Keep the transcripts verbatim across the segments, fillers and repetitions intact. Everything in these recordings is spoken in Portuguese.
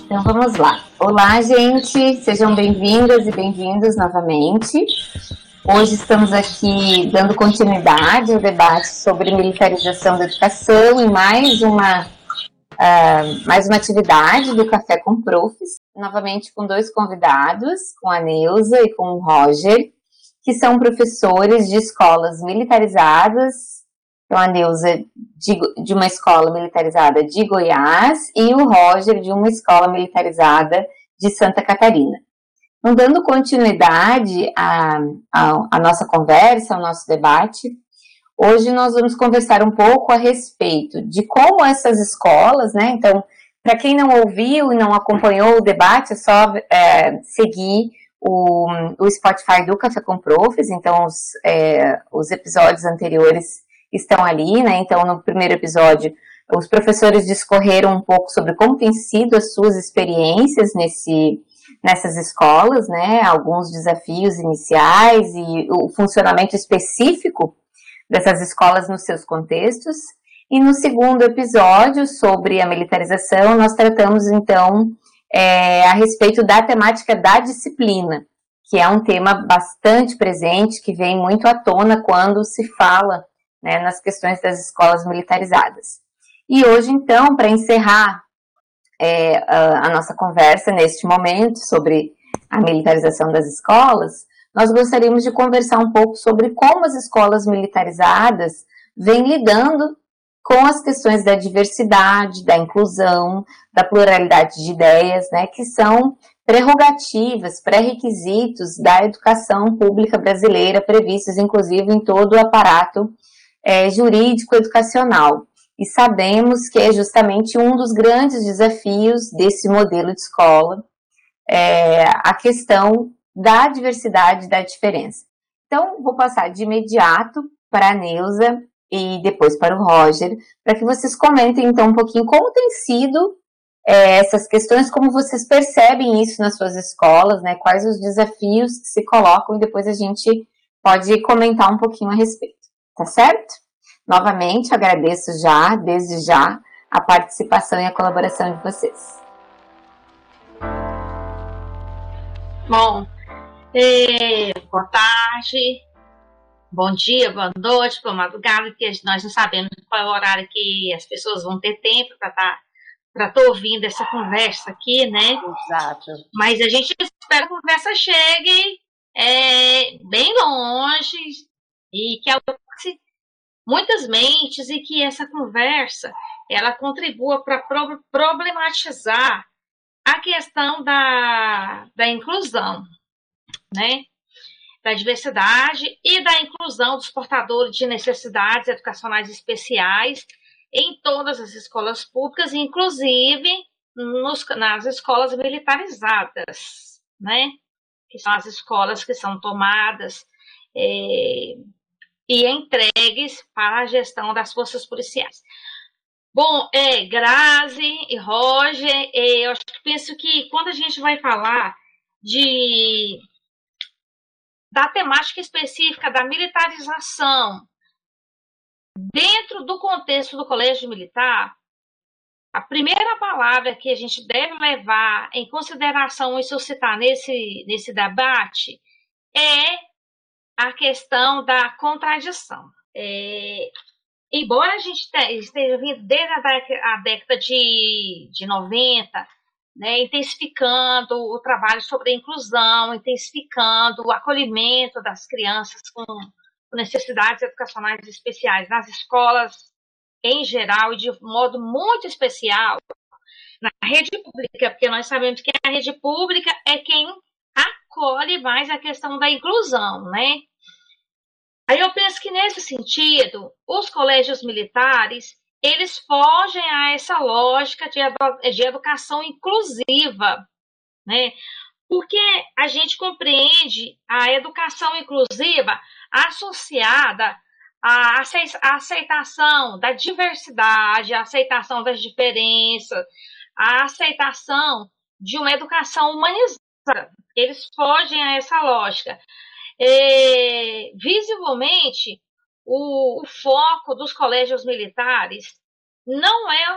Então vamos lá. Olá, gente, sejam bem-vindas e bem-vindos novamente. Hoje estamos aqui dando continuidade ao debate sobre militarização da educação e mais uma, uh, mais uma atividade do Café com Profs, novamente com dois convidados, com a Neuza e com o Roger, que são professores de escolas militarizadas. Então, a Neuza de, de uma escola militarizada de Goiás e o Roger de uma escola militarizada de Santa Catarina. Então, dando continuidade à, à, à nossa conversa, ao nosso debate, hoje nós vamos conversar um pouco a respeito de como essas escolas, né? Então, para quem não ouviu e não acompanhou o debate, é só é, seguir o, o Spotify do Café com Profs. Então, os, é, os episódios anteriores estão ali, né? Então, no primeiro episódio, os professores discorreram um pouco sobre como têm sido as suas experiências nesse, nessas escolas, né? Alguns desafios iniciais e o funcionamento específico dessas escolas nos seus contextos. E no segundo episódio, sobre a militarização, nós tratamos, então, é, a respeito da temática da disciplina, que é um tema bastante presente, que vem muito à tona quando se fala, né, nas questões das escolas militarizadas. E hoje, então, para encerrar é, a, a nossa conversa neste momento sobre a militarização das escolas, nós gostaríamos de conversar um pouco sobre como as escolas militarizadas vêm lidando com as questões da diversidade, da inclusão, da pluralidade de ideias, né, que são prerrogativas, pré-requisitos da educação pública brasileira, previstos, inclusive, em todo o aparato É, jurídico educacional, e sabemos que é justamente um dos grandes desafios desse modelo de escola, é, a questão da diversidade e da diferença. Então, vou passar de imediato para a Neuza e depois para o Roger, para que vocês comentem então um pouquinho como tem sido é, essas questões, como vocês percebem isso nas suas escolas, né? Quais os desafios que se colocam, e depois a gente pode comentar um pouquinho a respeito. Tá certo? Novamente, agradeço já, desde já, a participação e a colaboração de vocês. Bom, é, boa tarde, bom dia, boa noite, boa madrugada, que nós não sabemos qual é o horário que as pessoas vão ter tempo para estar para estar ouvindo essa conversa aqui, né? Exato. Mas a gente espera que a conversa chegue é, bem longe e que alcance muitas mentes e que essa conversa ela contribua para pro, problematizar a questão da, da inclusão, né? Da diversidade e da inclusão dos portadores de necessidades educacionais especiais em todas as escolas públicas, inclusive nos, nas escolas militarizadas, né? Que são as escolas que são tomadas é, e entregues para a gestão das forças policiais. Bom, é, Grazi e Roger, é, eu acho que penso que quando a gente vai falar de, da temática específica da militarização dentro do contexto do colégio militar, a primeira palavra que a gente deve levar em consideração e suscitar nesse, nesse debate é a questão da contradição. É, embora a gente esteja vindo desde a década de, de noventa, né, intensificando o trabalho sobre a inclusão, intensificando o acolhimento das crianças com necessidades educacionais especiais nas escolas em geral e de modo muito especial na rede pública, porque nós sabemos que a rede pública é quem acolhe mais a questão da inclusão, né? Aí eu penso que nesse sentido, os colégios militares, eles fogem a essa lógica de, edu- de educação inclusiva, né? Porque a gente compreende a educação inclusiva associada à aceitação da diversidade, à aceitação das diferenças, à aceitação de uma educação humanizada. Eles fogem a essa lógica. É, visivelmente, o, o foco dos colégios militares não é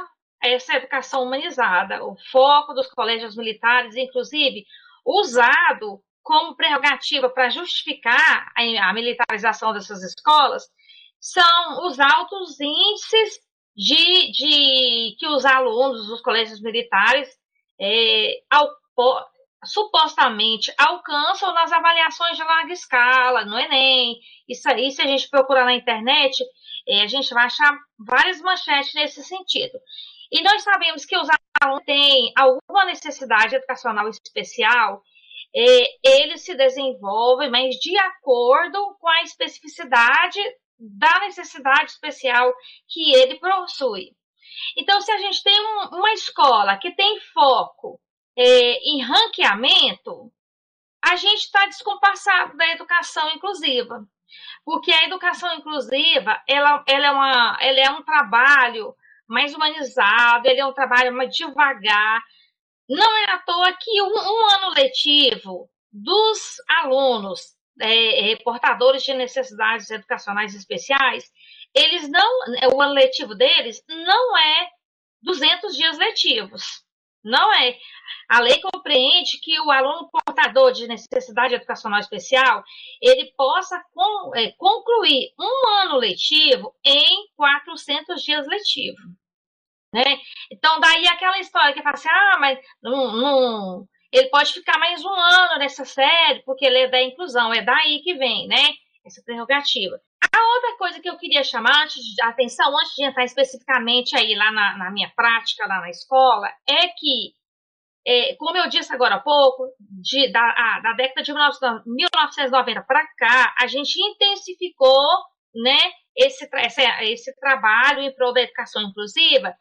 essa educação humanizada, o foco dos colégios militares, inclusive usado como prerrogativa para justificar a, a militarização dessas escolas, são os altos índices de, de que os alunos dos colégios militares é, ao, supostamente alcançam nas avaliações de larga escala, no Enem. Isso aí, se a gente procurar na internet, é, a gente vai achar várias manchetes nesse sentido. E nós sabemos que os alunos têm alguma necessidade educacional especial, é, eles se desenvolvem, mas de acordo com a especificidade da necessidade especial que ele possui. Então, se a gente tem um, uma escola que tem foco é, em ranqueamento, a gente está descompassado da educação inclusiva. Porque a educação inclusiva, ela, ela, é, uma, ela é um trabalho mais humanizado, ele é um trabalho mais devagar. Não é à toa que um, um ano letivo dos alunos é, é, portadores de necessidades educacionais especiais, eles não, o ano letivo deles não é duzentos dias letivos. Não é. A lei compreende que o aluno portador de necessidade educacional especial, ele possa com, é, concluir um ano letivo em quatrocentos dias letivos. Né? Então, daí aquela história que fala assim, ah, mas não, não, ele pode ficar mais um ano nessa série, porque ele é da inclusão, é daí que vem, né, essa prerrogativa. A outra coisa que eu queria chamar antes de, atenção, antes de entrar especificamente aí lá na, na minha prática, lá na escola, é que, é, como eu disse agora há pouco, de, da, a, da década de mil novecentos e noventa para cá, a gente intensificou, né, esse, esse, esse trabalho em prol da educação inclusiva,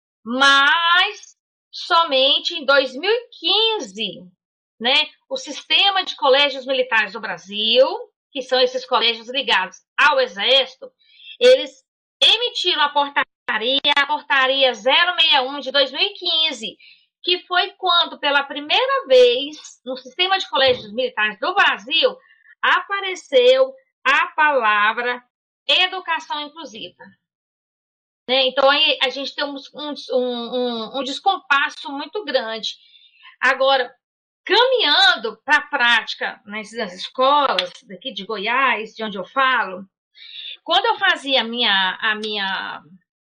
mas somente em dois mil e quinze, né, o sistema de colégios militares do Brasil, que são esses colégios ligados ao Exército, eles emitiram a portaria, a portaria zero sessenta e um de dois mil e quinze, que foi quando, pela primeira vez, no sistema de colégios militares do Brasil, apareceu a palavra educação inclusiva. Então, a gente tem um, um, um, um descompasso muito grande. Agora, caminhando para a prática nas, nas escolas daqui de Goiás, de onde eu falo, quando eu fazia a minha, a minha,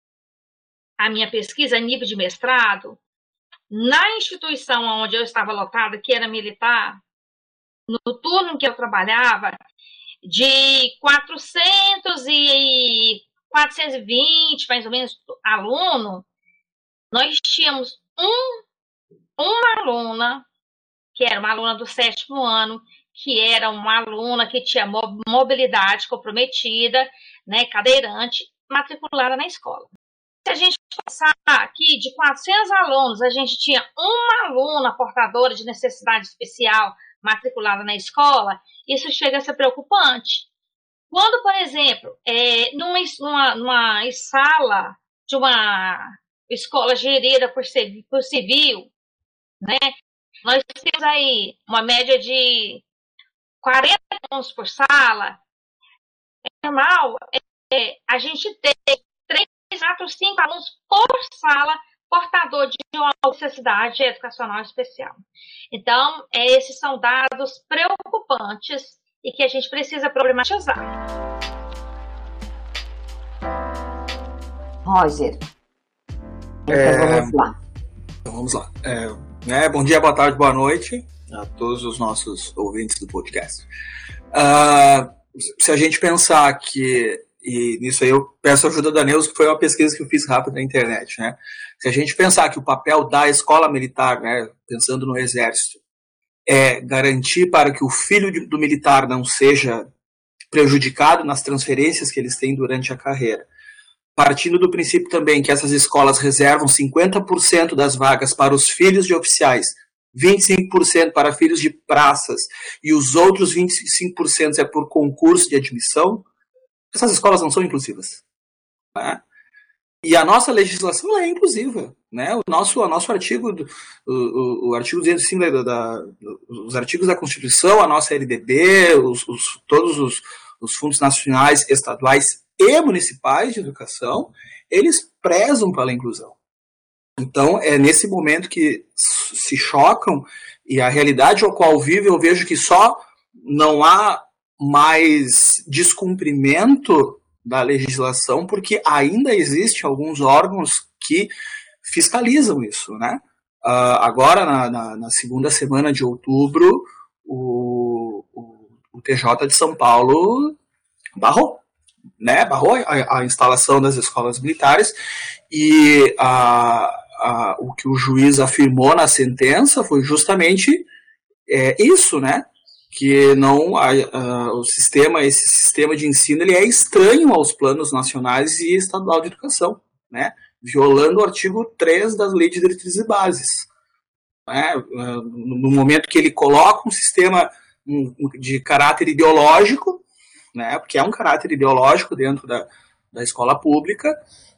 a minha pesquisa a nível de mestrado, na instituição onde eu estava lotada, que era militar, no turno que eu trabalhava, de quatrocentos e quatrocentos e vinte, mais ou menos, aluno, nós tínhamos um, uma aluna, que era uma aluna do sétimo ano, que era uma aluna que tinha mobilidade comprometida, né, cadeirante, matriculada na escola. Se a gente passar aqui, de quatrocentos alunos, a gente tinha uma aluna portadora de necessidade especial matriculada na escola, isso chega a ser preocupante. Quando, por exemplo, é, numa, numa, numa sala de uma escola gerida por, por civil, né, nós temos aí uma média de quarenta alunos por sala, é normal é, a gente ter três, quatro, cinco alunos por sala portador de uma necessidade educacional especial. Então, é, esses são dados preocupantes e que a gente precisa problematizar. Roger, então é, vamos lá. Então vamos lá. É, né, bom dia, boa tarde, boa noite a todos os nossos ouvintes do podcast. Uh, se a gente pensar que, e nisso aí eu peço a ajuda da Neuza, que foi uma pesquisa que eu fiz rápido na internet, né? Se a gente pensar que o papel da escola militar, né, pensando no Exército, é garantir para que o filho de, do militar não seja prejudicado nas transferências que eles têm durante a carreira, partindo do princípio também que essas escolas reservam cinquenta por cento das vagas para os filhos de oficiais, vinte e cinco por cento para filhos de praças e os outros vinte e cinco por cento é por concurso de admissão, essas escolas não são inclusivas. Né? E a nossa legislação é inclusiva. Né? O nosso, o nosso artigo, o, o, o artigo duzentos e cinco da, da, os artigos da Constituição, a nossa L D B, os, os, todos os, os fundos nacionais, estaduais e municipais de educação, eles prezam pela inclusão. Então, é nesse momento que se chocam, e a realidade ao qual vive, eu vejo que só não há mais descumprimento da legislação, porque ainda existem alguns órgãos que fiscalizam isso, né? Uh, agora, na, na, na segunda semana de outubro, o, o, o T J de São Paulo barrou, né? Barrou a, a instalação das escolas militares, e a, a, o que o juiz afirmou na sentença foi justamente é, isso, né? Que não a, a, o sistema, esse sistema de ensino, ele é estranho aos planos nacionais e estadual de educação, né? Violando o artigo três das Leis de Diretrizes e Bases. Né? No momento que ele coloca um sistema de caráter ideológico, né? Porque é um caráter ideológico dentro da, da escola pública,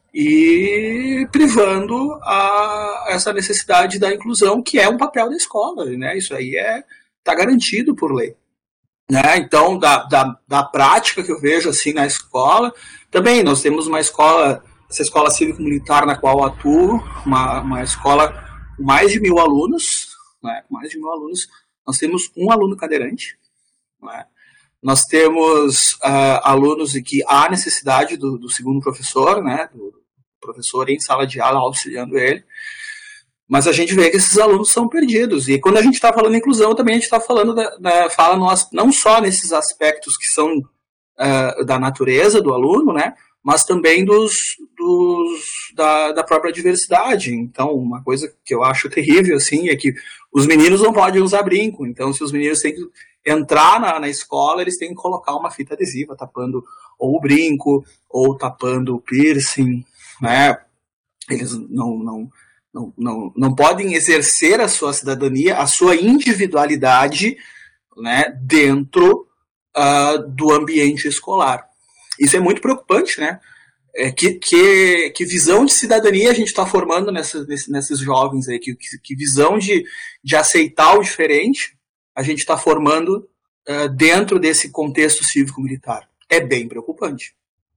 e privando a, essa necessidade da inclusão, que é um papel da escola, né? Isso aí é está garantido por lei. Né? Então, da, da, da prática que eu vejo assim na escola, também nós temos uma escola, essa escola cívico-militar na qual eu atuo, uma, uma escola com mais de mil alunos, né? mais de mil alunos, nós temos um aluno cadeirante, né? Nós temos uh, alunos em que há necessidade do, do segundo professor, né? do professor em sala de aula auxiliando ele, mas a gente vê que esses alunos são perdidos. E quando a gente está falando em inclusão, também a gente está falando da, da fala nós, não só nesses aspectos que são uh, da natureza do aluno, né, mas também dos, dos da, da própria diversidade. Então, uma coisa que eu acho terrível assim, é que os meninos não podem usar brinco. Então, se os meninos têm que entrar na, na escola, eles têm que colocar uma fita adesiva tapando ou o brinco, ou tapando o piercing, né? Eles não... não Não, não, não podem exercer a sua cidadania, a sua individualidade, né, dentro uh, do ambiente escolar. Isso é muito preocupante, né? É, que, que, que visão de cidadania a gente está formando nessa, nesse, nesses jovens aí? Que, que, que visão de, de aceitar o diferente a gente está formando uh, dentro desse contexto cívico-militar? É bem preocupante.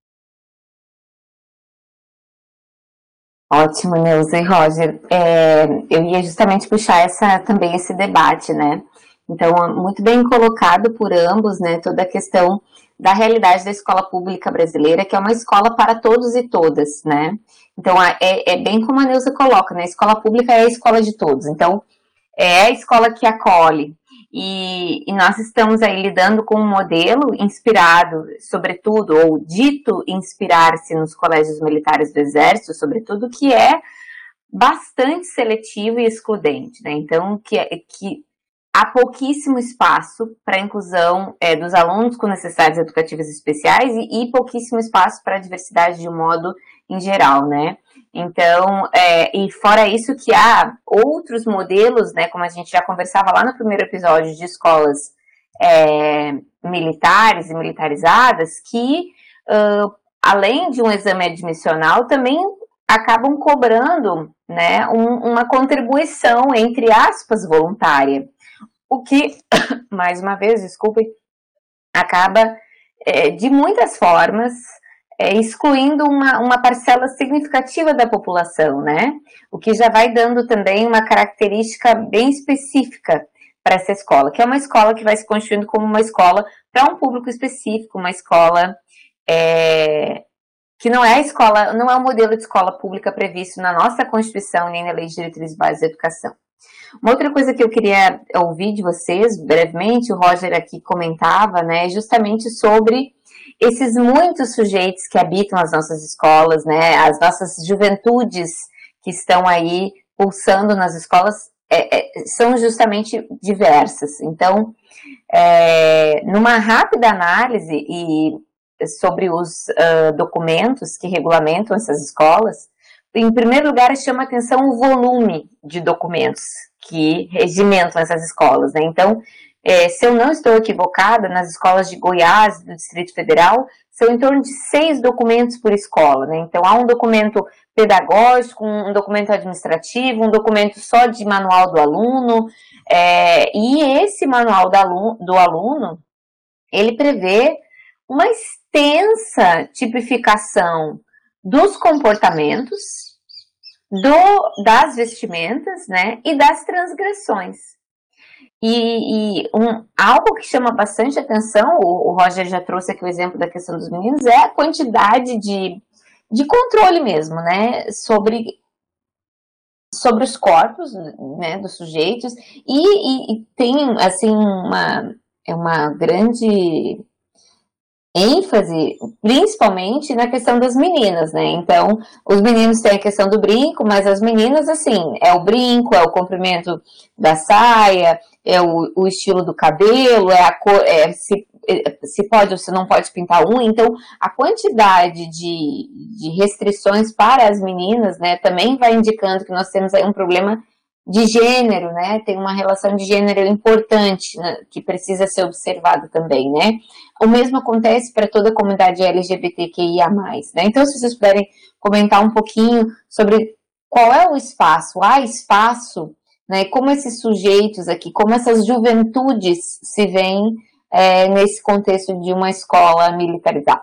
Ótimo, Neuza e Roger. É, eu ia justamente puxar essa, também esse debate, né? Então, muito bem colocado por ambos, né? Toda a questão da realidade da escola pública brasileira, que é uma escola para todos e todas, né? Então, é, é bem como a Neuza coloca, né? A escola pública é a escola de todos. Então, é a escola que acolhe. E, e nós estamos aí lidando com um modelo inspirado, sobretudo, ou dito inspirar-se nos colégios militares do Exército, sobretudo, que é bastante seletivo e excludente, né? Então, que, que há pouquíssimo espaço para a inclusão é, dos alunos com necessidades educativas especiais e, e pouquíssimo espaço para a diversidade de um modo em geral, né? Então, é, e fora isso que há outros modelos, né, como a gente já conversava lá no primeiro episódio de escolas é, militares e militarizadas, que uh, além de um exame admissional, também acabam cobrando, né, um, uma contribuição, entre aspas, voluntária. O que, mais uma vez, desculpe, acaba é, de muitas formas É, excluindo uma, uma parcela significativa da população, né? O que já vai dando também uma característica bem específica para essa escola, que é uma escola que vai se constituindo como uma escola para um público específico, uma escola é, que não é a escola, não é o modelo de escola pública previsto na nossa Constituição nem na Lei de Diretrizes Básicas da Educação. Uma outra coisa que eu queria ouvir de vocês, brevemente, o Roger aqui comentava, né, justamente sobre esses muitos sujeitos que habitam as nossas escolas, né, as nossas juventudes que estão aí pulsando nas escolas, é, é, são justamente diversas. Então, é, numa rápida análise e sobre os uh, documentos que regulamentam essas escolas, em primeiro lugar, chama atenção o volume de documentos que regimentam essas escolas, né? Então, É, se eu não estou equivocada, nas escolas de Goiás, do Distrito Federal, são em torno de seis documentos por escola, né? Então, há um documento pedagógico, um documento administrativo, um documento só de manual do aluno, é, e esse manual do aluno, do aluno, ele prevê uma extensa tipificação dos comportamentos do, das vestimentas, né, e das transgressões. E, e um, algo que chama bastante atenção, o, o Roger já trouxe aqui o exemplo da questão dos meninos, é a quantidade de, de controle mesmo, né, sobre, sobre os corpos, né, dos sujeitos, e, e, e tem, assim, uma, é uma grande ênfase, principalmente na questão das meninas, né? Então, os meninos têm a questão do brinco, mas as meninas, assim, é o brinco, é o comprimento da saia, é o, o estilo do cabelo, é a cor, é se, se pode ou se não pode pintar unha. Então, a quantidade de, de restrições para as meninas, né, também vai indicando que nós temos aí um problema de gênero, né? Tem uma relação de gênero importante, né, que precisa ser observada também, né? O mesmo acontece para toda a comunidade L G B T Q I A mais, né? Então, se vocês puderem comentar um pouquinho sobre qual é o espaço, há espaço, né? Como esses sujeitos aqui, como essas juventudes se veem é, nesse contexto de uma escola militarizada.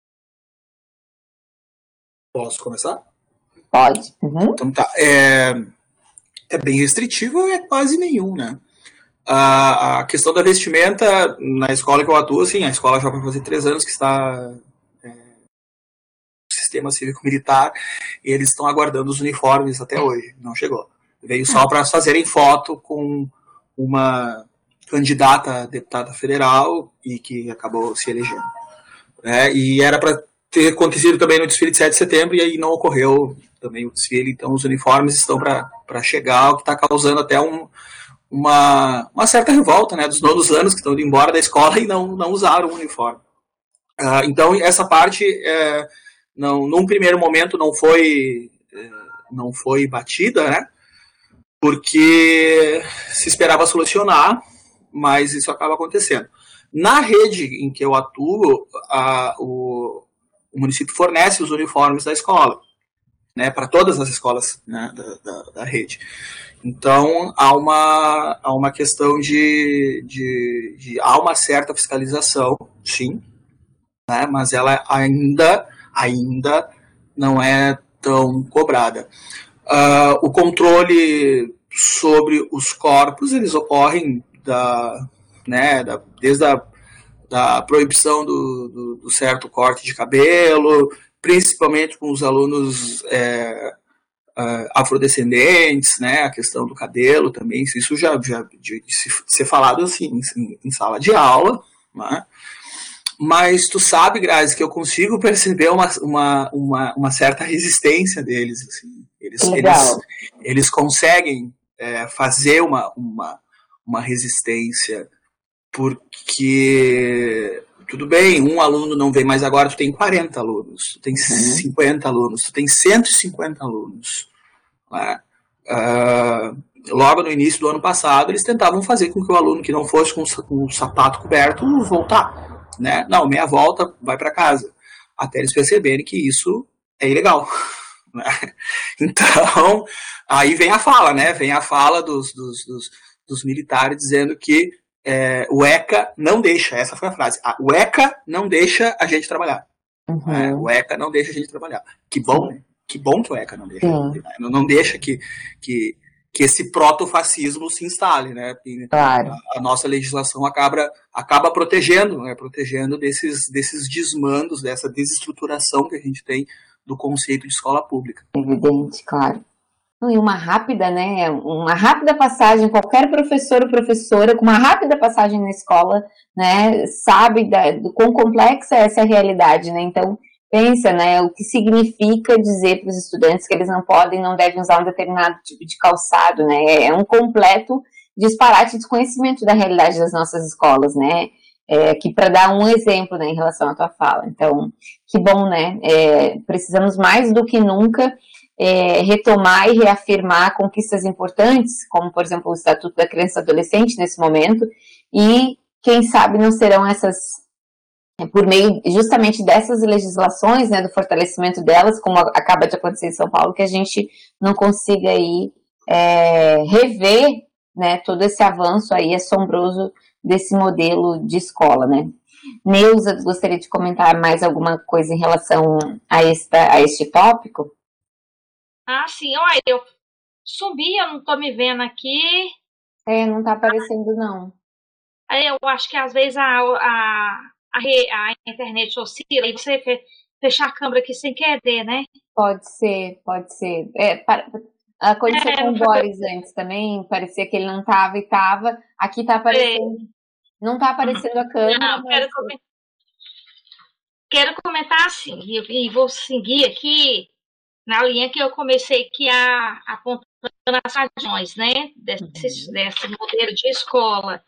Posso começar? Pode. Uhum. Então tá. É, é bem restritivo, é quase nenhum, né? A, a questão da vestimenta, na escola que eu atuo, assim, a escola já vai fazer três anos que está é, no sistema cívico-militar, e eles estão aguardando os uniformes até hoje, não chegou. Veio só para fazerem foto com uma candidata a deputada federal e que acabou se elegendo. É, e era para ter acontecido também no desfile de sete de setembro, e aí não ocorreu também o desfile, então os uniformes estão para chegar, o que está causando até um Uma, uma certa revolta, né, dos nonos anos que estão indo embora da escola e não, não usaram o uniforme. Uh, então, essa parte, é, não, num primeiro momento, não foi, é, não foi batida, né, porque se esperava solucionar, mas isso acaba acontecendo. Na rede em que eu atuo, a, o, o município fornece os uniformes da escola, né, para todas as escolas, né, da, da, da rede. Então, há uma, há uma questão de, de, de... Há uma certa fiscalização, sim, né, mas ela ainda, ainda não é tão cobrada. Uh, o controle sobre os corpos, eles ocorrem da, né, da, desde a da proibição do, do, do certo corte de cabelo, principalmente com os alunos... É, Uh, afrodescendentes, né, a questão do cabelo também, isso já, já de ser falado assim em, em sala de aula, né? Mas tu sabe, Grazi, que eu consigo perceber uma, uma, uma, uma certa resistência deles, assim. eles, eles, eles conseguem é, fazer uma, uma, uma resistência, porque tudo bem, um aluno não vem, mas agora tu tem quarenta alunos, tu tem uhum. cinquenta alunos, tu tem cento e cinquenta alunos. Né? Uh, logo no início do ano passado, eles tentavam fazer com que o aluno que não fosse com, com o sapato coberto voltar. Né? Não, meia volta, vai para casa. Até eles perceberem que isso é ilegal. Né? Então, aí vem a fala, né? Vem a fala dos, dos, dos, dos militares dizendo que É, o ECA não deixa, essa foi a frase, a, o ECA não deixa a gente trabalhar. Uhum. É, o ECA não deixa a gente trabalhar. Que bom, né? Que bom que o ECA não deixa. Não, não deixa que, que, que esse protofascismo se instale, né? Claro. A, a nossa legislação acaba, acaba protegendo, né? Protegendo desses, desses desmandos, dessa desestruturação que a gente tem do conceito de escola pública. Evidente, claro. E uma rápida, né, uma rápida passagem, qualquer professor ou professora com uma rápida passagem na escola, né, sabe da, do quão complexa é essa realidade, né, então pensa, né, o que significa dizer para os estudantes que eles não podem, não devem usar um determinado tipo de calçado, né, é um completo disparate, desconhecimento da realidade das nossas escolas, né, é, aqui para dar um exemplo, né, em relação à tua fala, então, que bom, né, é, precisamos mais do que nunca É, retomar e reafirmar conquistas importantes, como, por exemplo, o Estatuto da Criança e Adolescente, nesse momento, e, quem sabe, não serão essas, por meio justamente dessas legislações, né, do fortalecimento delas, como acaba de acontecer em São Paulo, que a gente não consiga aí, é, rever, né, todo esse avanço aí assombroso desse modelo de escola, né. Neuza, gostaria de comentar mais alguma coisa em relação a, esta, a este tópico? Ah, sim, olha, eu subi, eu não tô me vendo aqui. É, não tá aparecendo, não. Aí eu acho que às vezes a, a, a, re- a internet oscila e você fe- fechar a câmera aqui sem querer, né? Pode ser, pode ser. É, pa- aconteceu É, com não o foi Boris antes também, parecia que ele não tava e tava. Aqui tá bem. aparecendo, não tá aparecendo a câmera, Não, mas quero, come- quero comentar assim, e, e vou seguir aqui na linha que eu comecei aqui a apontando as razões, né? Desse, uhum, desse modelo de escola.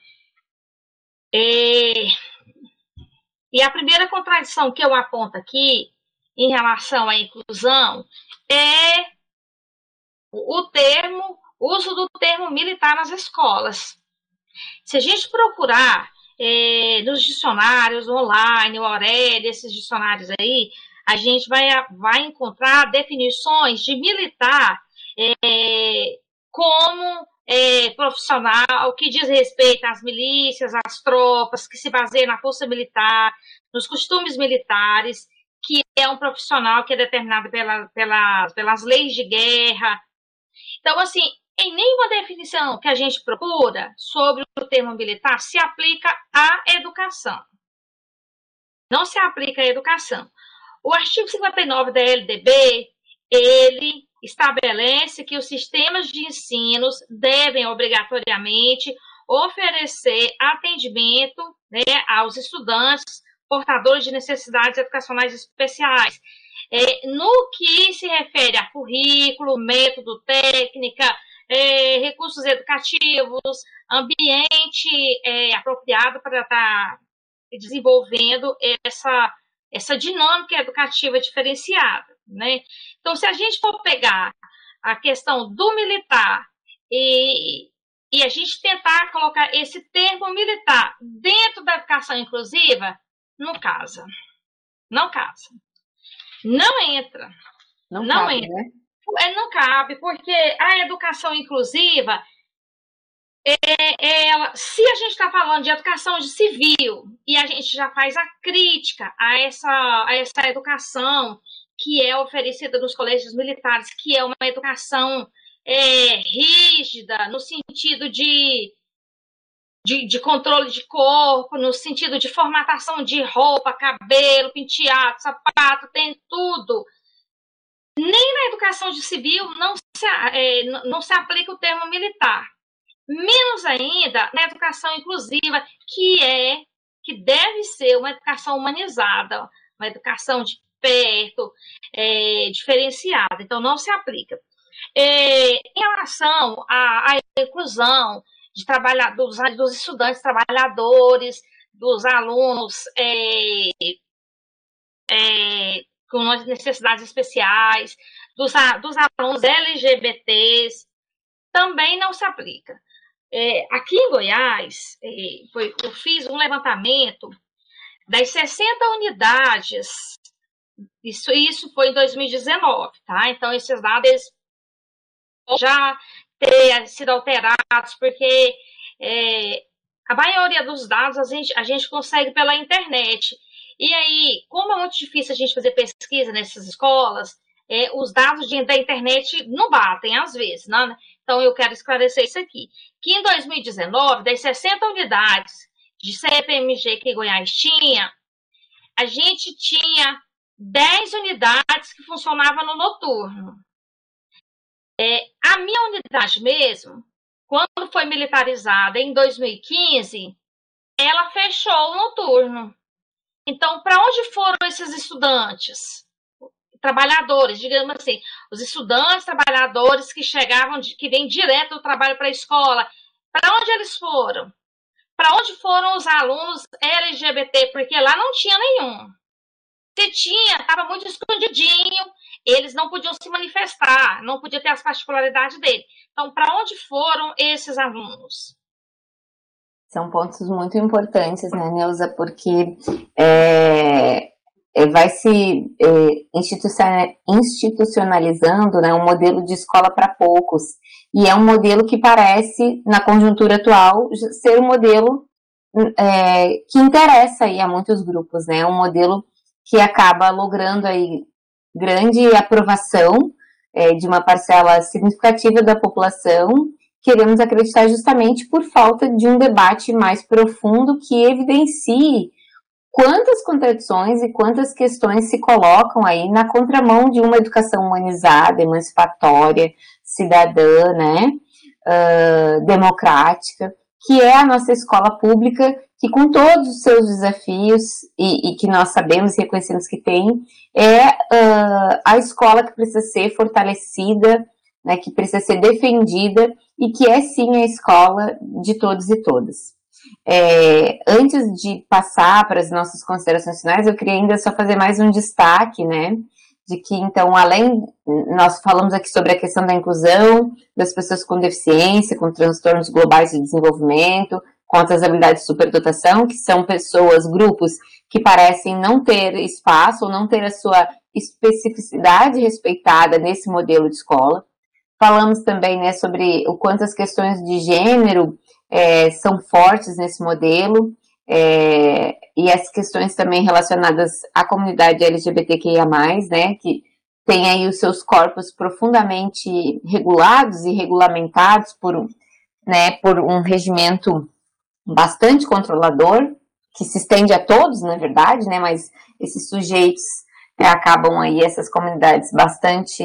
É, e a primeira contradição que eu aponto aqui em relação à inclusão é o termo, o uso do termo militar nas escolas. Se a gente procurar é, nos dicionários online, o Aurélio, esses dicionários aí, a gente vai, vai encontrar definições de militar é, como é, profissional que diz respeito às milícias, às tropas, que se baseia na força militar, nos costumes militares, que é um profissional que é determinado pela, pela, pelas leis de guerra. Então, assim, em nenhuma definição que a gente procura sobre o termo militar se aplica à educação. Não se aplica à educação. O artigo cinquenta e nove da L D B, ele estabelece que os sistemas de ensino devem obrigatoriamente oferecer atendimento, né, aos estudantes portadores de necessidades educacionais especiais. É, no que se refere a currículo, método, técnica, é, recursos educativos, ambiente é, apropriado para estar desenvolvendo essa, essa dinâmica educativa diferenciada, né? Então, se a gente for pegar a questão do militar e, e a gente tentar colocar esse termo militar dentro da educação inclusiva, não casa. Não casa. Não entra. não Não cabe, entra. né? É, não cabe, porque a educação inclusiva, é, ela, se a gente está falando de educação de civil e a gente já faz a crítica a essa, a essa educação que é oferecida nos colégios militares, que é uma educação é, rígida, no sentido de, de, de controle de corpo, no sentido de formatação de roupa, cabelo, penteado, sapato, tem tudo. Nem na educação de civil não se, é, não se aplica o termo militar. Menos ainda na educação inclusiva, que é, que deve ser uma educação humanizada, uma educação de perto, é, diferenciada. Então, não se aplica. É, em relação à, à inclusão de trabalhadores, dos estudantes trabalhadores, dos alunos é, é, com necessidades especiais, dos, dos alunos L G B T s, também não se aplica. É, aqui em Goiás, é, foi, eu fiz um levantamento das sessenta unidades, isso, isso foi em dois mil e dezenove, tá? Então, esses dados já ter sido alterados, porque é, a maioria dos dados a gente, a gente consegue pela internet. E aí, como é muito difícil a gente fazer pesquisa nessas escolas, é, os dados de, da internet não batem, às vezes, né? Então, eu quero esclarecer isso aqui. Que em dois mil e dezenove, das sessenta unidades de C P M G que Goiás tinha, a gente tinha dez unidades que funcionavam no noturno. É, a minha unidade mesmo, quando foi militarizada em dois mil e quinze, ela fechou o noturno. Então, para onde foram esses estudantes? Trabalhadores, digamos assim, os estudantes trabalhadores que chegavam, que vêm direto do trabalho para a escola, para onde eles foram? Para onde foram os alunos L G B T? Porque lá não tinha nenhum. Se tinha, estava muito escondidinho, eles não podiam se manifestar, não podiam ter as particularidades dele. Então, para onde foram esses alunos? São pontos muito importantes, né, Neuza, porque é, vai se é, institucionalizando, né, um modelo de escola para poucos, e é um modelo que parece, na conjuntura atual, ser um modelo é, que interessa aí a muitos grupos, né, um modelo que acaba logrando aí grande aprovação é, de uma parcela significativa da população, queremos acreditar justamente por falta de um debate mais profundo que evidencie quantas contradições e quantas questões se colocam aí na contramão de uma educação humanizada, emancipatória, cidadã, né, uh, democrática, que é a nossa escola pública, que com todos os seus desafios, e, e que nós sabemos e reconhecemos que tem, é uh, a escola que precisa ser fortalecida, né, que precisa ser defendida, e que é sim a escola de todos e todas. É, antes de passar para as nossas considerações finais, eu queria ainda só fazer mais um destaque, né, de que, então, além, nós falamos aqui sobre a questão da inclusão das pessoas com deficiência, com transtornos globais de desenvolvimento, com altas habilidades de superdotação, que são pessoas, grupos que parecem não ter espaço ou não ter a sua especificidade respeitada nesse modelo de escola. Falamos também, né, sobre o quanto as questões de gênero é, são fortes nesse modelo, é, e as questões também relacionadas à comunidade L G B T Q I A mais, né, que tem aí os seus corpos profundamente regulados e regulamentados por, né, por um regimento bastante controlador, que se estende a todos, na verdade, né, mas esses sujeitos é, acabam aí, essas comunidades bastante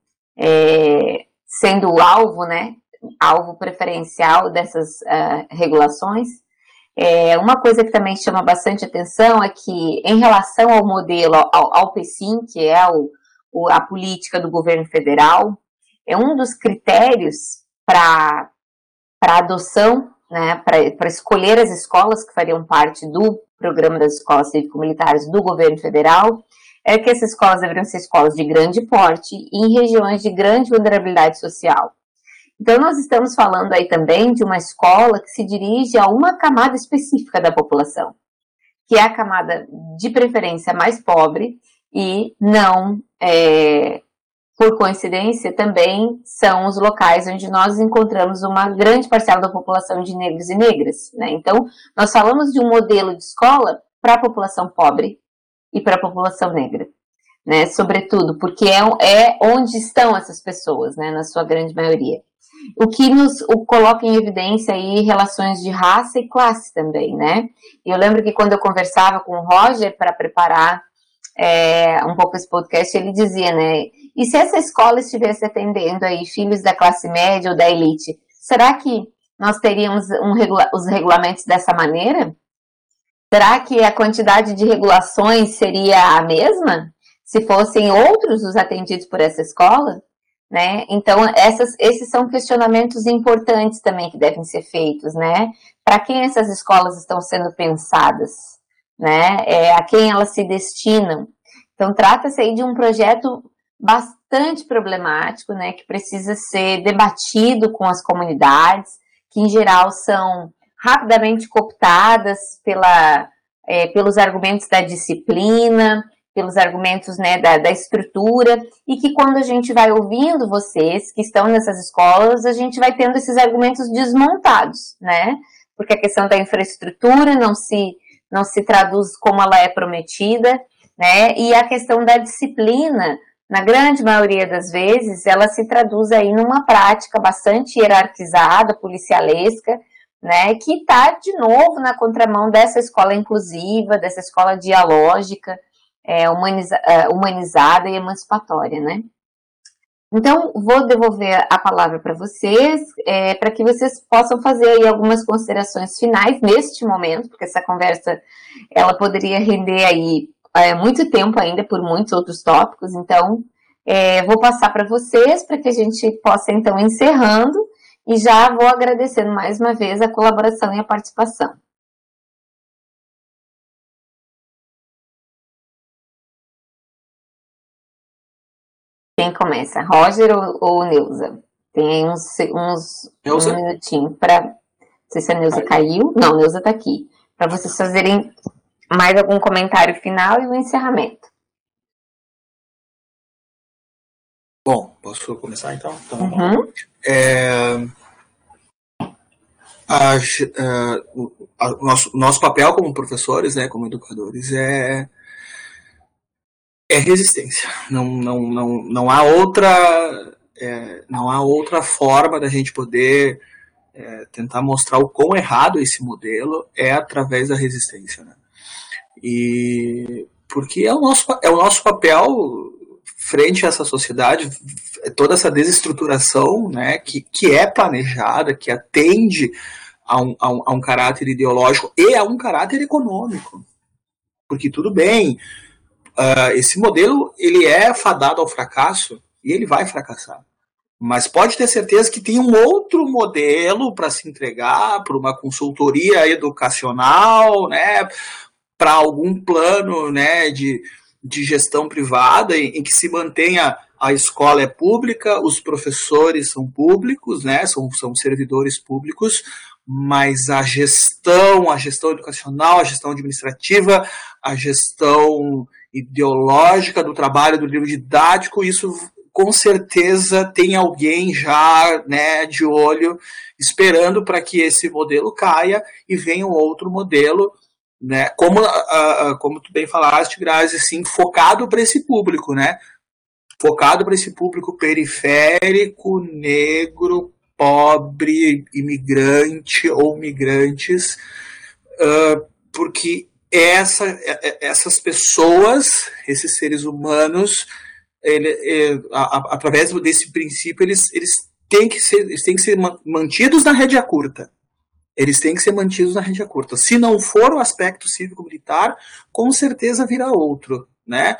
é, sendo o alvo, né, alvo preferencial dessas uh, regulações. É, uma coisa que também chama bastante atenção é que, em relação ao modelo, ao, ao PECIM, que é o, o, a política do governo federal, é um dos critérios para a adoção, né, para escolher as escolas que fariam parte do programa das escolas cívico-militares do governo federal, é que essas escolas deveriam ser escolas de grande porte e em regiões de grande vulnerabilidade social. Então, nós estamos falando aí também de uma escola que se dirige a uma camada específica da população, que é a camada de preferência mais pobre e não, é, por coincidência, também são os locais onde nós encontramos uma grande parcela da população de negros e negras, né? Então, nós falamos de um modelo de escola para a população pobre e para a população negra, né? Sobretudo, porque é, é onde estão essas pessoas, né? Na sua grande maioria. O que nos o coloca em evidência aí relações de raça e classe também, né? Eu lembro que quando eu conversava com o Roger para preparar é, um pouco esse podcast, ele dizia, né? E se essa escola estivesse atendendo aí filhos da classe média ou da elite, será que nós teríamos um regula- os regulamentos dessa maneira? Será que a quantidade de regulações seria a mesma se fossem outros os atendidos por essa escola? Né? Então, essas, esses são questionamentos importantes também que devem ser feitos, né? Para quem essas escolas estão sendo pensadas, né? É, a quem elas se destinam. Então, trata-se aí de um projeto bastante problemático, né? Que precisa ser debatido com as comunidades, que em geral são rapidamente cooptadas pela, é, pelos argumentos da disciplina, pelos argumentos, né, da, da estrutura, e que quando a gente vai ouvindo vocês que estão nessas escolas, a gente vai tendo esses argumentos desmontados, né, porque a questão da infraestrutura não se, não se traduz como ela é prometida, né, e a questão da disciplina, na grande maioria das vezes, ela se traduz aí numa prática bastante hierarquizada, policialesca, né, que está, de novo, na contramão dessa escola inclusiva, dessa escola dialógica, É, humaniza, uh, humanizada e emancipatória, né? Então, vou devolver a palavra para vocês, é, para que vocês possam fazer aí algumas considerações finais neste momento, porque essa conversa, ela poderia render aí é, muito tempo ainda por muitos outros tópicos, então, é, vou passar para vocês, para que a gente possa, então, encerrando, e já vou agradecendo mais uma vez a colaboração e a participação. Quem começa? Roger ou, ou Neuza? Tem aí uns, uns um minutinho para. Não sei se a Neuza caiu. Não, a Neuza está aqui. Para vocês fazerem mais algum comentário final e o encerramento. Bom, posso começar então? Então uhum. é, a, a, a, o nosso, nosso papel como professores, né, como educadores, é é resistência. Não, não, não, não há outra, é, não há outra forma da gente poder é, tentar mostrar o quão errado esse modelo é através da resistência, né? E porque é o nosso, é o nosso papel frente a essa sociedade, toda essa desestruturação, né, que, que é planejada, que atende a um, a, um, a um caráter ideológico e a um caráter econômico. Porque tudo bem, uh, esse modelo ele é fadado ao fracasso e ele vai fracassar. Mas pode ter certeza que tem um outro modelo para se entregar, para uma consultoria educacional, né, para algum plano, né, de, de gestão privada, em, em que se mantenha a escola é pública, os professores são públicos, né, são, são servidores públicos, mas a gestão, a gestão educacional, a gestão administrativa, a gestão ideológica do trabalho do livro didático, isso com certeza tem alguém já, né, de olho esperando para que esse modelo caia e venha um outro modelo, né, como, uh, como tu bem falaste, Grazi, assim, focado para esse público, né, focado para esse público periférico, negro, pobre, imigrante ou migrantes, uh, porque essa, essas pessoas, esses seres humanos, ele, ele, a, a, através desse princípio, eles, eles, têm que ser, eles têm que ser mantidos na rédea curta. Eles têm que ser mantidos na rédea curta. Se não for o aspecto cívico-militar, com certeza virá outro, né?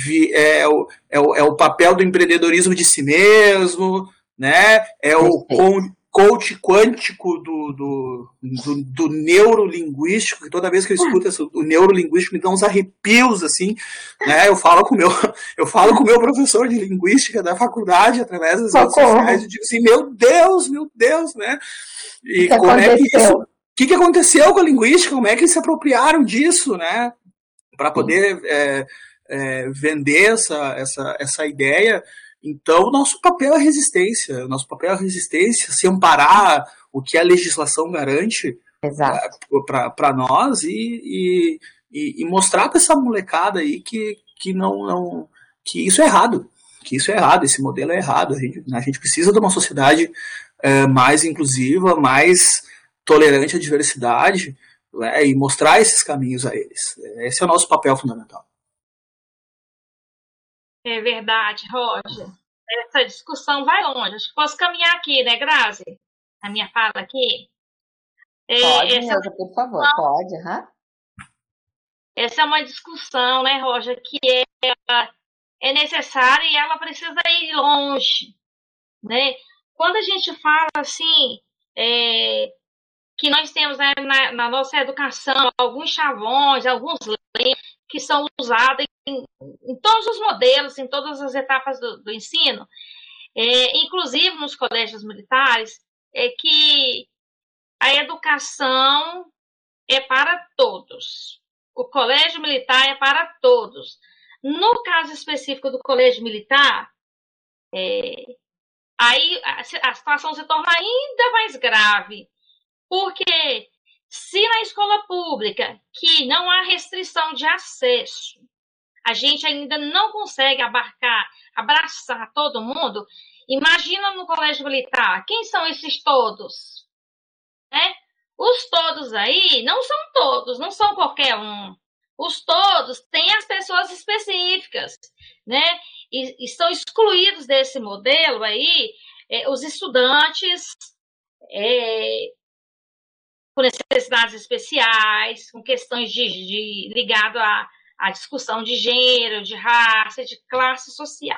É o, é, o, é o papel do empreendedorismo de si mesmo, né? É o coach quântico do, do, do, do neurolinguístico, que toda vez que eu escuto isso, o neurolinguístico me dá uns arrepios, assim, né? Eu falo com o meu, eu falo com o meu professor de linguística da faculdade, através das redes sociais, e digo assim, meu Deus, meu Deus, né? E que como aconteceu? é que isso, o que, que aconteceu com a linguística? Como é que eles se apropriaram disso, né? Para poder é, é, vender essa, essa, essa ideia. Então, nosso papel é resistência. Nosso papel é resistência, se amparar o que a legislação garante para nós e, e, e mostrar para essa molecada aí que, que, não, não, que isso é errado. Que isso é errado, esse modelo é errado. A gente, a gente precisa de uma sociedade é, mais inclusiva, mais tolerante à diversidade, né, e mostrar esses caminhos a eles. Esse é o nosso papel fundamental. É verdade, Roger. Essa discussão vai longe. Acho que posso caminhar aqui, né, Grazi? A minha fala aqui. Pode, essa... Neuza, por favor, pode. Uhum. Essa é uma discussão, né, Roger, que é, é necessária e ela precisa ir longe, né? Quando a gente fala assim, é, que nós temos, né, na, na nossa educação alguns chavões, alguns lemas que são usados em, em todos os modelos, em todas as etapas do, do ensino, é, inclusive nos colégios militares, é que a educação é para todos. O colégio militar é para todos. No caso específico do colégio militar, é, aí a, a situação se torna ainda mais grave, porque se na escola pública, que não há restrição de acesso, a gente ainda não consegue abarcar, abraçar todo mundo, imagina no colégio militar, quem são esses todos? Né? Os todos aí não são todos, não são qualquer um. Os todos têm as pessoas específicas, né? E, e são excluídos desse modelo aí é, os estudantes é, com necessidades especiais, com questões de, de ligado à, à discussão de gênero, de raça, de classe social.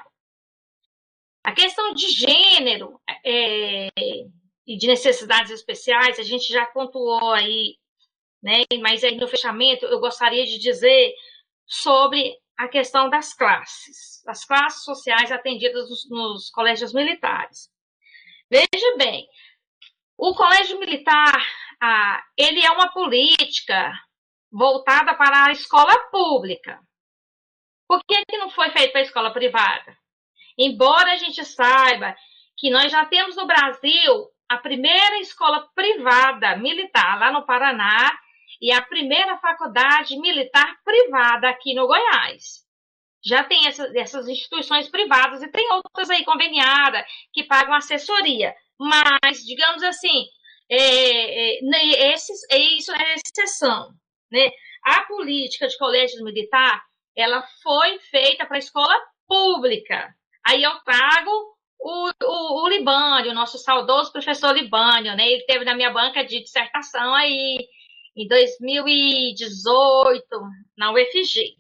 A questão de gênero é, e de necessidades especiais, a gente já pontuou aí, né? Mas aí no fechamento eu gostaria de dizer sobre a questão das classes, das classes sociais atendidas nos, nos colégios militares. Veja bem, o colégio militar, ah, ele é uma política voltada para a escola pública. Por que que não foi feito para a escola privada? Embora a gente saiba que nós já temos no Brasil a primeira escola privada militar lá no Paraná e a primeira faculdade militar privada aqui no Goiás. já tem essa, essas instituições privadas e tem outras aí conveniadas que pagam assessoria. Mas, digamos assim, é, é, esses, é, isso é exceção, né? A política de colégios militar, ela foi feita para a escola pública. Aí eu trago o, o, o Libânio, o nosso saudoso professor Libânio, né? Ele esteve na minha banca de dissertação aí em dois mil e dezoito, na U F G.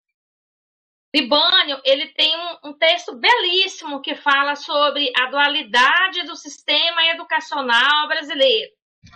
Libânio, ele tem um, um texto belíssimo que fala sobre a dualidade do sistema educacional brasileiro.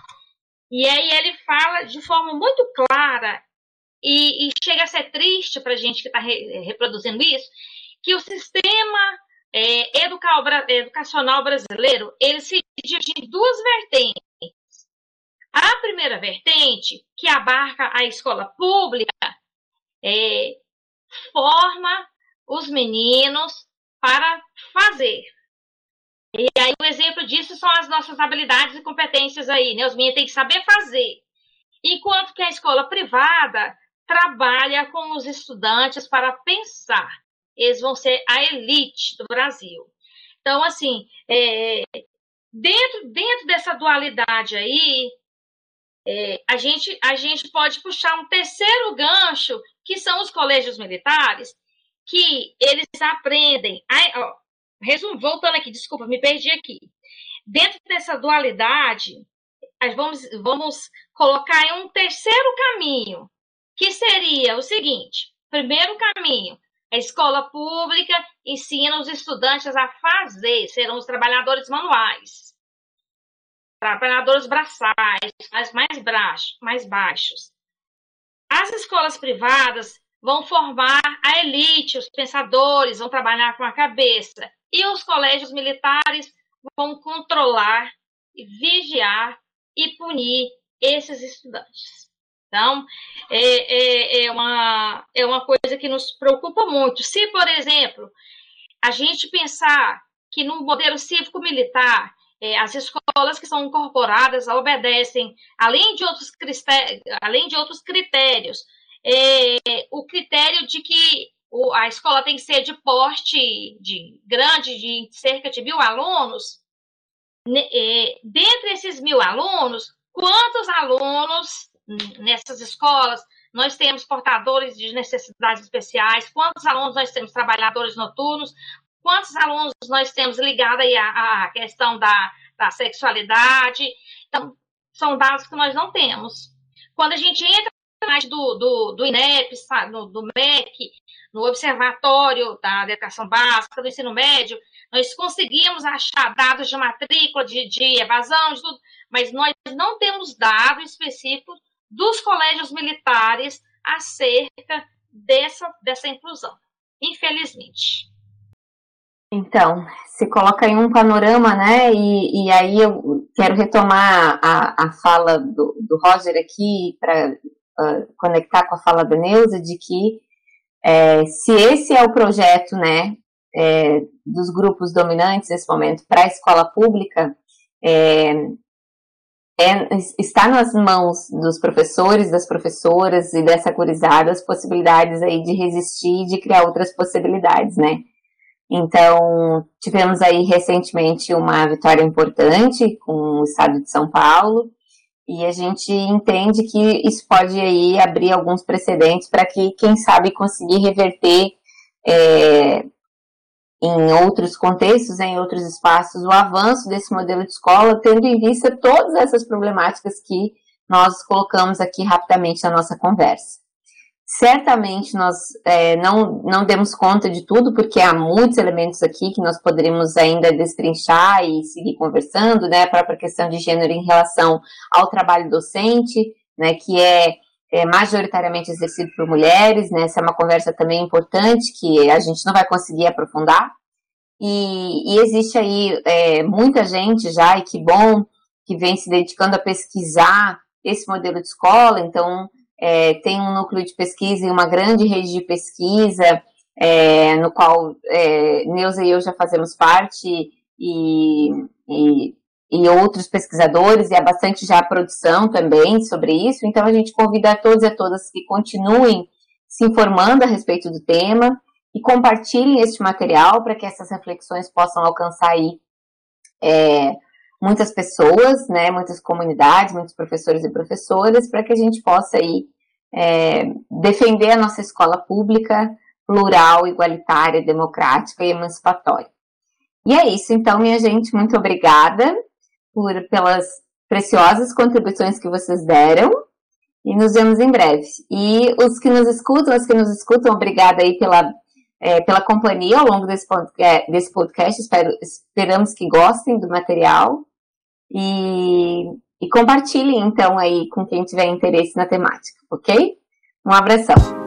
E aí ele fala de forma muito clara, e, e chega a ser triste para a gente que está re, reproduzindo isso, que o sistema é, educa, educacional brasileiro, ele se divide em duas vertentes. A primeira vertente, que abarca a escola pública, é, forma os meninos para fazer. E aí o exemplo disso são as nossas habilidades e competências aí, né? Os meninos têm que saber fazer. Enquanto que a escola privada trabalha com os estudantes para pensar. Eles vão ser a elite do Brasil. Então, assim, é, dentro, dentro dessa dualidade aí, é, a, gente, a gente pode puxar um terceiro gancho, que são os colégios militares, que eles aprendem... Ai, ó, resumo, voltando aqui, desculpa, me perdi aqui. Dentro dessa dualidade, vamos, vamos colocar em um terceiro caminho, que seria o seguinte: primeiro caminho, a escola pública ensina os estudantes a fazer, serão os trabalhadores manuais, trabalhadores braçais, mais, mais, baixo, mais baixos. As escolas privadas vão formar a elite, os pensadores, vão trabalhar com a cabeça. E os colégios militares vão controlar, vigiar e punir esses estudantes. Então, é, é, é, uma, é uma coisa que nos preocupa muito. Se, por exemplo, a gente pensar que no modelo cívico-militar, é, as escolas que são incorporadas obedecem, além de outros critérios, além de outros critérios é, o critério de que o, a escola tem que ser de porte de, grande, de cerca de mil alunos, é, dentre esses mil alunos, quantos alunos nessas escolas nós temos portadores de necessidades especiais, quantos alunos nós temos trabalhadores noturnos, quantos alunos nós temos ligados aí à, à questão da, da sexualidade. Então, são dados que nós não temos. Quando a gente entra do, do, do INEP, do, do M E C, no Observatório da Educação Básica, do Ensino Médio, nós conseguimos achar dados de matrícula, de, de evasão, de tudo, mas nós não temos dados específicos dos colégios militares acerca dessa, dessa inclusão, infelizmente. Então, se coloca aí um panorama, né, e, e aí eu quero retomar a, a fala do, do Roger aqui para uh, conectar com a fala da Neuza, de que é, se esse é o projeto, né, é, dos grupos dominantes nesse momento para a escola pública, é, É, está nas mãos dos professores, das professoras e dessa gurizada as possibilidades aí de resistir e de criar outras possibilidades, né? Então, tivemos aí recentemente uma vitória importante com o estado de São Paulo e a gente entende que isso pode aí abrir alguns precedentes para que, quem sabe, conseguir reverter é, em outros contextos, em outros espaços, o avanço desse modelo de escola, tendo em vista todas essas problemáticas que nós colocamos aqui rapidamente na nossa conversa. Certamente nós é, não, não demos conta de tudo, porque há muitos elementos aqui que nós poderíamos ainda destrinchar e seguir conversando, né, a própria questão de gênero em relação ao trabalho docente, né, que é, é majoritariamente exercido por mulheres, né, essa é uma conversa também importante, que a gente não vai conseguir aprofundar, e, e existe aí é, muita gente já, e que bom, que vem se dedicando a pesquisar esse modelo de escola. Então, É, tem um núcleo de pesquisa e uma grande rede de pesquisa, é, no qual é, Neuza e eu já fazemos parte, e, e, e outros pesquisadores, e há bastante já produção também sobre isso. Então a gente convida a todos e a todas que continuem se informando a respeito do tema e compartilhem este material para que essas reflexões possam alcançar aí é, muitas pessoas, né, muitas comunidades, muitos professores e professoras, para que a gente possa aí é, defender a nossa escola pública plural, igualitária, democrática e emancipatória. E é isso, então, minha gente, muito obrigada por, pelas preciosas contribuições que vocês deram e nos vemos em breve. E os que nos escutam, as que nos escutam, obrigada aí pela, é, pela companhia ao longo desse podcast, desse podcast. Espero, esperamos que gostem do material e, e compartilhem, então, aí com quem tiver interesse na temática, ok? Um abração.